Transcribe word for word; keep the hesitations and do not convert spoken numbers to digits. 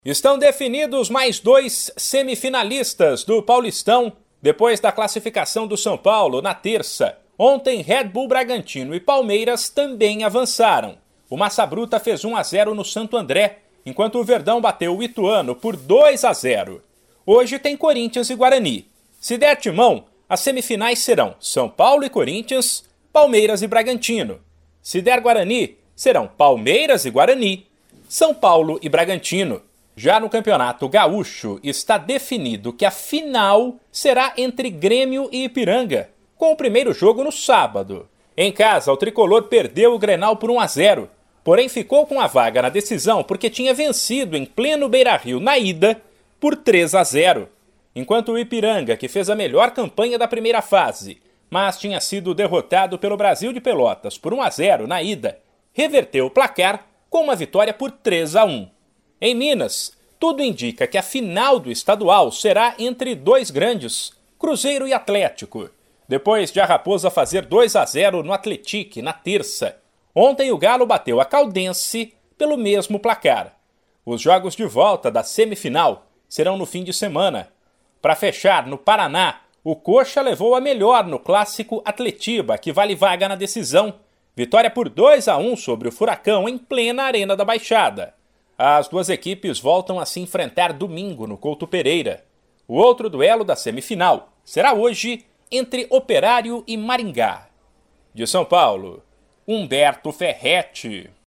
Estão definidos mais dois semifinalistas do Paulistão depois da classificação do São Paulo na terça. Ontem, Red Bull Bragantino e Palmeiras também avançaram. O Massa Bruta fez um a zero no Santo André, enquanto o Verdão bateu o Ituano por dois a zero. Hoje tem Corinthians e Guarani. Se der timão, as semifinais serão São Paulo e Corinthians, Palmeiras e Bragantino. Se der Guarani, serão Palmeiras e Guarani, São Paulo e Bragantino. Já no Campeonato Gaúcho, está definido que a final será entre Grêmio e Ipiranga, com o primeiro jogo no sábado. Em casa, o tricolor perdeu o Grenal por um a zero, porém ficou com a vaga na decisão porque tinha vencido em pleno Beira-Rio na ida por três a zero. Enquanto o Ipiranga, que fez a melhor campanha da primeira fase, mas tinha sido derrotado pelo Brasil de Pelotas por um a zero na ida, reverteu o placar com uma vitória por três a um. Em Minas, tudo indica que a final do estadual será entre dois grandes, Cruzeiro e Atlético. Depois de a Raposa fazer dois a zero no Atlético na terça, ontem o Galo bateu a Caldense pelo mesmo placar. Os jogos de volta da semifinal serão no fim de semana. Para fechar, no Paraná, o Coxa levou a melhor no clássico Atletiba, que vale vaga na decisão. Vitória por dois a um sobre o Furacão em plena Arena da Baixada. As duas equipes voltam a se enfrentar domingo no Couto Pereira. O outro duelo da semifinal será hoje entre Operário e Maringá. De São Paulo, Humberto Ferretti.